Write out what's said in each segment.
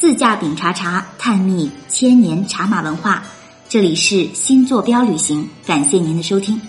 自驾饼茶茶，探秘千年茶马文化。这里是新坐标旅行，感谢您的收听。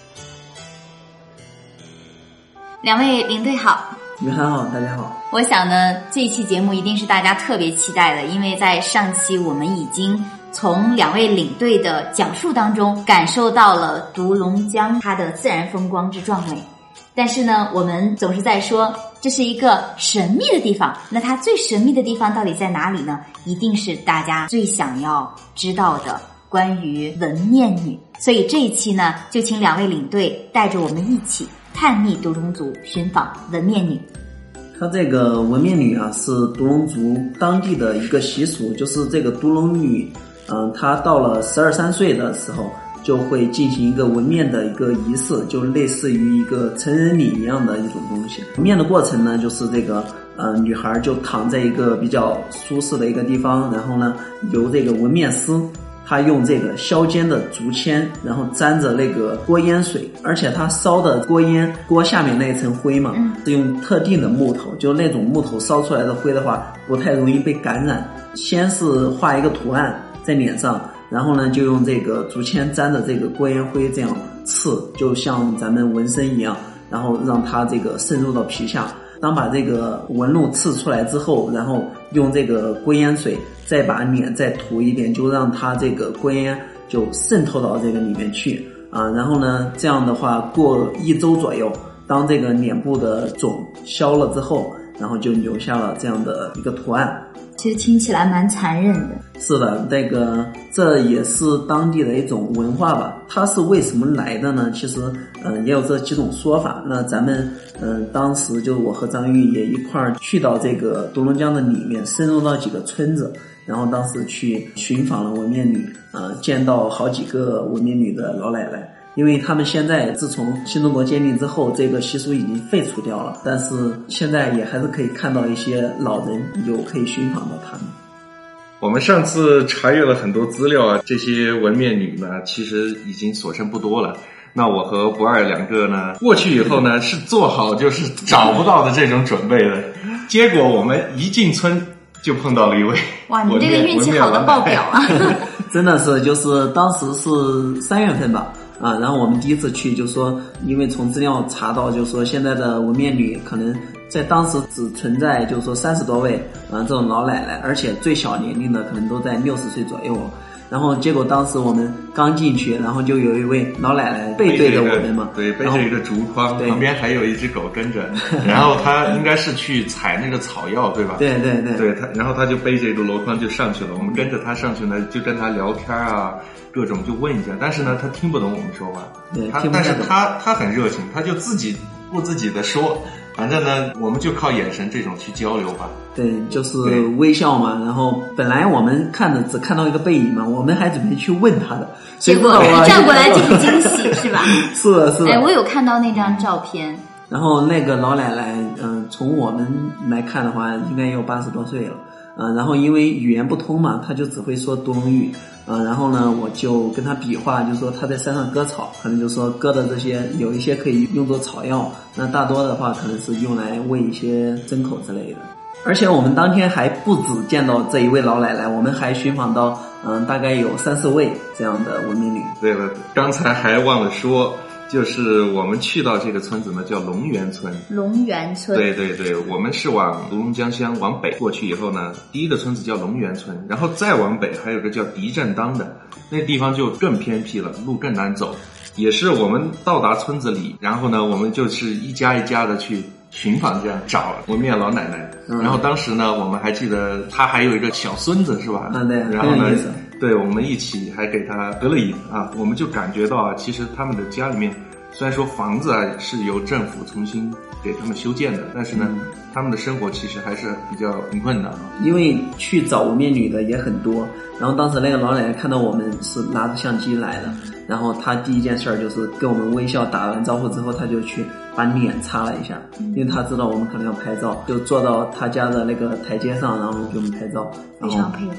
两位领队好。 你们好，大家好。 我想呢，这一期节目一定是大家特别期待的，因为在上期我们已经从两位领队的讲述当中感受到了独龙江它的自然风光之壮美。但是呢，我们总是在说这是一个神秘的地方，那它最神秘的地方到底在哪里呢？一定是大家最想要知道的关于纹面女。所以这一期呢，就请两位领队带着我们一起探秘独龙族，寻访纹面女。 它这个纹面女啊，是独龙族当地的一个习俗，就是这个独龙女，她到了12、13岁的时候，就会进行一个纹面的一个仪式，就类似于一个成人礼一样的一种东西。纹面的过程呢，就是这个女孩就躺在一个比较舒适的一个地方，然后呢，由这个纹面师他用这个削尖的竹签，然后沾着那个锅烟水，而且他烧的锅烟，锅下面那一层灰嘛，是用特定的木头，就那种木头烧出来的灰的话，不太容易被感染。先是画一个图案在脸上，然后呢，就用这个竹签沾着这个锅烟灰这样刺，就像咱们纹身一样，然后让它这个渗入到皮下。当把这个纹路刺出来之后，然后用这个锅烟水再把脸再涂一遍，就让它这个锅烟就渗透到这个里面去啊。然后呢，这样的话过1周左右，当这个脸部的肿消了之后，然后就留下了这样的一个图案。 其实听起来蛮残忍的。 是的，这也是当地的一种文化吧。它是为什么来的呢？其实也有这几种说法。那咱们当时就我和张玉也一块儿去到这个独龙江的里面，深入到几个村子，然后当时去寻访了纹面女，见到好几个纹面女的老奶奶。因为他们现在自从新中国建立之后，这个习俗已经废除掉了，但是现在也还是可以看到一些老人，有可以寻访到他们。 我们上次查阅了很多资料啊，这些纹面女呢，其实已经所剩不多了。那我和不二两个呢，过去以后呢，是做好就是找不到的这种准备的。结果我们一进村就碰到了一位， 哇，你这个运气好到爆表啊！ 真的是，就是当时是3月份吧。然后我们第一次去就说，因为从资料查到，就说现在的纹面女可能在当时只存在就是说30多位这种老奶奶，而且最小年龄的可能都在60岁左右了。然后结果当时我们刚进去，然后就有一位老奶奶背对着我们嘛， 对，背着一个竹筐，旁边还有一只狗跟着，然后他应该是去采那个草药，对吧？ 对， 然后他就背着一个箩筐就上去了，我们跟着他上去呢，就跟他聊天啊，各种就问一下，但是呢，他听不懂我们说话，但是他很热情，他就自己顾自己的说。反正呢，我们就靠眼神这种去交流吧。 对，就是微笑嘛。然后本来我们只看到一个背影嘛，我们还准备去问他的， 结果转过来就是惊喜，是吧？ 是的。 我有看到那张照片。 然后那个老奶奶，从我们来看的话，应该也有80多岁了。然后因为语言不通嘛，他就只会说独龙语。然后呢，我就跟他比划，就说他在山上割草，可能就说割的这些有一些可以用作草药，那大多的话可能是用来喂一些牲口之类的。而且我们当天还不止见到这一位老奶奶，我们还寻访到大概有3、4位这样的纹面女。 对了，刚才还忘了说，就是我们去到这个村子呢，叫龙源村。 龙源村。 对，我们是往独龙江乡往北过去以后呢，第一个村子叫龙源村，然后再往北还有个叫狄镇当的，那地方就更偏僻了，路更难走。也是我们到达村子里，然后呢，我们就是一家一家的去寻访，这样找纹面老奶奶。然后当时呢，我们还记得她还有一个小孙子，是吧？ 对。 然后呢，对，我们一起还给她合了影啊，我们就感觉到其实他们的家里面，虽然说房子是由政府重新给他们修建的，但是呢，他们的生活其实还是比较贫困的。 因为去找纹面女的也很多，然后当时那个老奶奶看到我们是拿着相机来的，然后她第一件事就是跟我们微笑打完招呼之后，她就去把脸擦了一下，因为她知道我们可能要拍照，就坐到她家的那个台阶上，然后给我们拍照， 非常配合。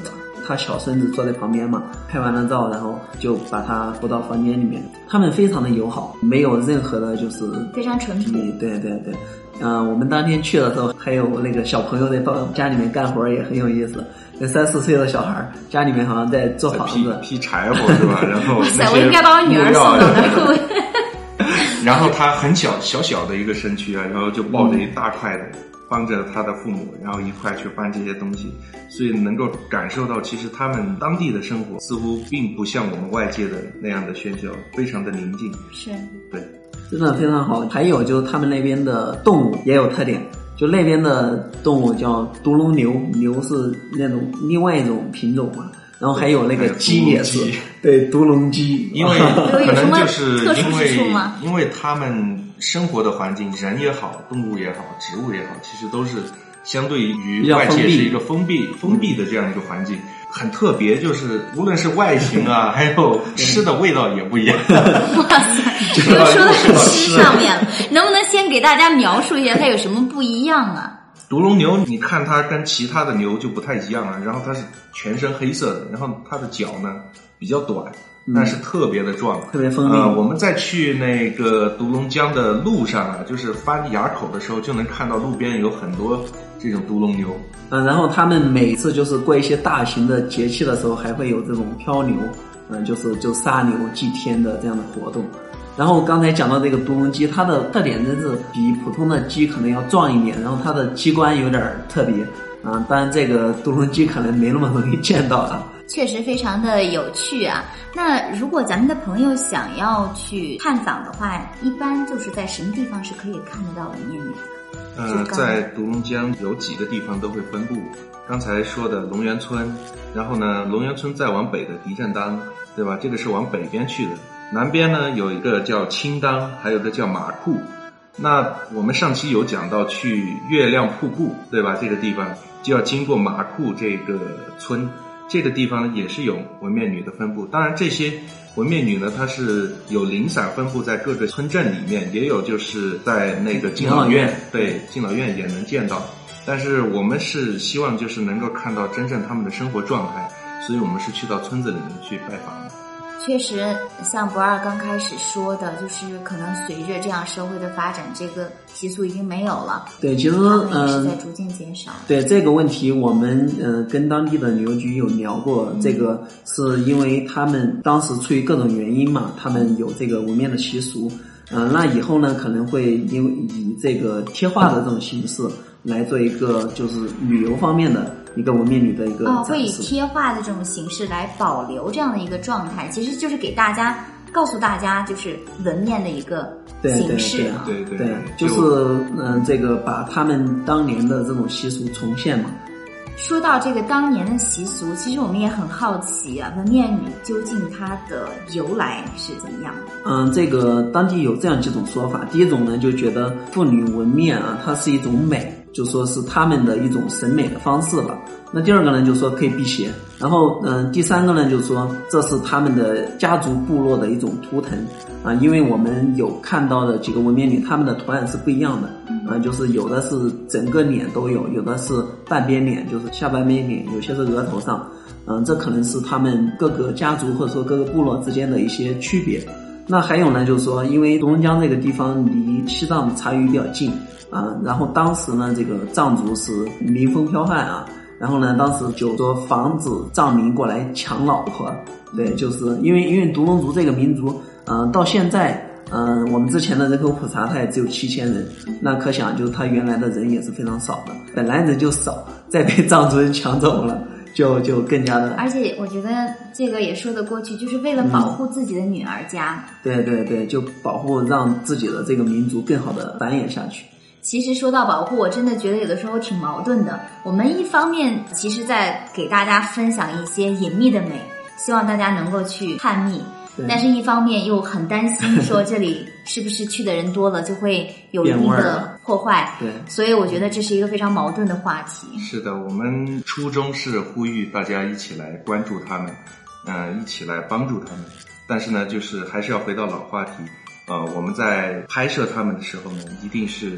他小孙子坐在旁边嘛，拍完了照，然后就把他扶到房间里面。他们非常的友好，没有任何的就是非常淳朴。 对对对。我们当天去的时候，还有那个小朋友在家里面干活，也很有意思。那3-4岁的小孩，家里面好像在做房子， 劈柴火是吧？然后哇塞，我应该把我女儿送到那儿。 然后他很小的一个身躯啊，然后就抱着一大块的，帮着他的父母，然后一块去搬这些东西，所以能够感受到，其实他们当地的生活似乎并不像我们外界的那样的喧嚣，非常的宁静。 是， 对。 真的非常好。还有就是他们那边的动物也有特点，就那边的动物叫独龙牛，牛是那种另外一种品种嘛。然后还有那个鸡也是，对，独龙鸡。 因为可能就是因为他们生活的环境，人也好，动物也好，植物也好，其实都是相对于外界是一个封闭的这样一个环境。很特别，就是无论是外形啊，还有吃的味道也不一样。 哇塞，你们说到吃上面了，能不能先给大家描述一下它有什么不一样啊？ 独龙牛，你看它跟其他的牛就不太一样啊，然后它是全身黑色的，然后它的脚呢比较短，但是特别的壮， 特别锋利。 我们在去那个独龙江的路上啊，就是翻垭口的时候，就能看到路边有很多这种独龙牛。 然后他们每次就是过一些大型的节气的时候，还会有这种漂牛，就杀牛祭天的这样的活动。然后刚才讲到这个独龙鸡，它的特点真是比普通的鸡可能要壮一点，然后它的鸡冠有点特别啊。当然这个独龙鸡可能没那么容易见到了。 确实非常的有趣啊。那如果咱们的朋友想要去看访的话，一般就是在什么地方是可以看得到文面女的？ 在独龙江有几个地方都会分布。刚才说的龙源村，然后呢，龙源村再往北的狄镇当，对吧？这个是往北边去的。南边呢有一个叫青当，还有一个叫马库。那我们上期有讲到去月亮瀑布，对吧？这个地方就要经过马库这个村，这个地方也是有文面女的分布。当然这些文面女呢，它是有零散分布在各个村镇里面，也有就是在那个敬老院，对，敬老院也能见到。但是我们是希望就是能够看到真正他们的生活状态，所以我们是去到村子里面去拜访的。 确实像不二刚开始说的，就是可能随着这样社会的发展，这个习俗已经没有了。 对，其实也是在逐渐减少。 对这个问题我们跟当地的旅游局有聊过，这个是因为他们当时出于各种原因嘛，他们有这个纹面的习俗。那以后呢可能会以这个贴画的这种形式来做一个就是旅游方面的一个文面女的一个展示。 会以贴画的这种形式来保留这样的一个状态，其实就是给大家告诉大家就是文面的一个形式啊。 对， 就是这个把他们当年的这种习俗重现嘛。 说到这个当年的习俗，其实我们也很好奇啊，文面女究竟它的由来是怎么样的？ 这个当地有这样几种说法。第一种呢，就觉得妇女纹面啊，它是一种美，就说是他们的一种审美的方式吧。那第二个呢，就说可以辟邪。然后第三个呢，就说这是他们的家族部落的一种图腾啊，因为我们有看到的几个纹面女，他们的图案是不一样的。就是有的是整个脸都有，有的是半边脸，就是下半边脸，有些是额头上。这可能是他们各个家族或者说各个部落之间的一些区别。那还有呢，就是说因为独龙江这个地方离西藏的茶屿比较近然后当时呢这个藏族是民风剽悍啊，然后呢当时就说防止藏民过来抢老婆。对，就是因为独龙族这个民族到现在我们之前的人口普查它也只有7000人，那可想就是他原来的人也是非常少的，本来人就少，再被藏族人抢走了，就更加的。 而且我觉得这个也说得过去，就是为了保护自己的女儿家。 对，就保护让自己的这个民族更好的繁衍下去。 其实说到保护，我真的觉得有的时候挺矛盾的。我们一方面其实在给大家分享一些隐秘的美，希望大家能够去探秘，但是一方面又很担心说这里是不是去的人多了就会有一定的破坏。 对， 所以我觉得这是一个非常矛盾的话题。 是的，我们初衷是呼吁大家一起来关注他们，一起来帮助他们。但是呢，就是还是要回到老话题，我们在拍摄他们的时候呢，一定是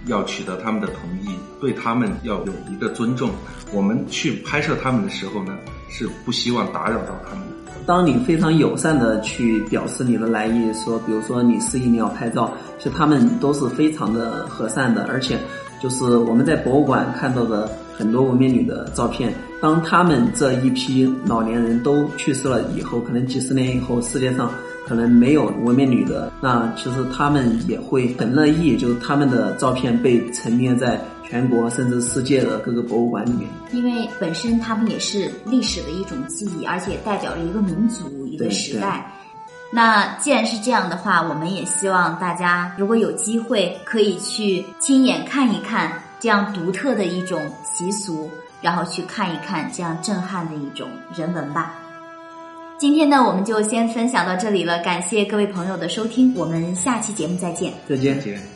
要取得他们的同意，对他们要有一个尊重。我们去拍摄他们的时候呢，是不希望打扰到他们的。 当你非常友善的去表示你的来意，说比如说你示意你要拍照，其实他们都是非常的和善的。而且就是我们在博物馆看到的很多文面女的照片，当他们这一批老年人都去世了以后，可能几十年以后世界上可能没有文面女的，那其实他们也会很乐意，就是他们的照片被陈列在全国甚至世界的各个博物馆里面。 因为本身他们也是历史的一种记忆，而且代表着一个民族一个时代。那既然是这样的话，我们也希望大家如果有机会可以去亲眼看一看这样独特的一种习俗，然后去看一看这样震撼的一种人文吧。今天呢，我们就先分享到这里了，感谢各位朋友的收听，我们下期节目再见。 再见。 再见。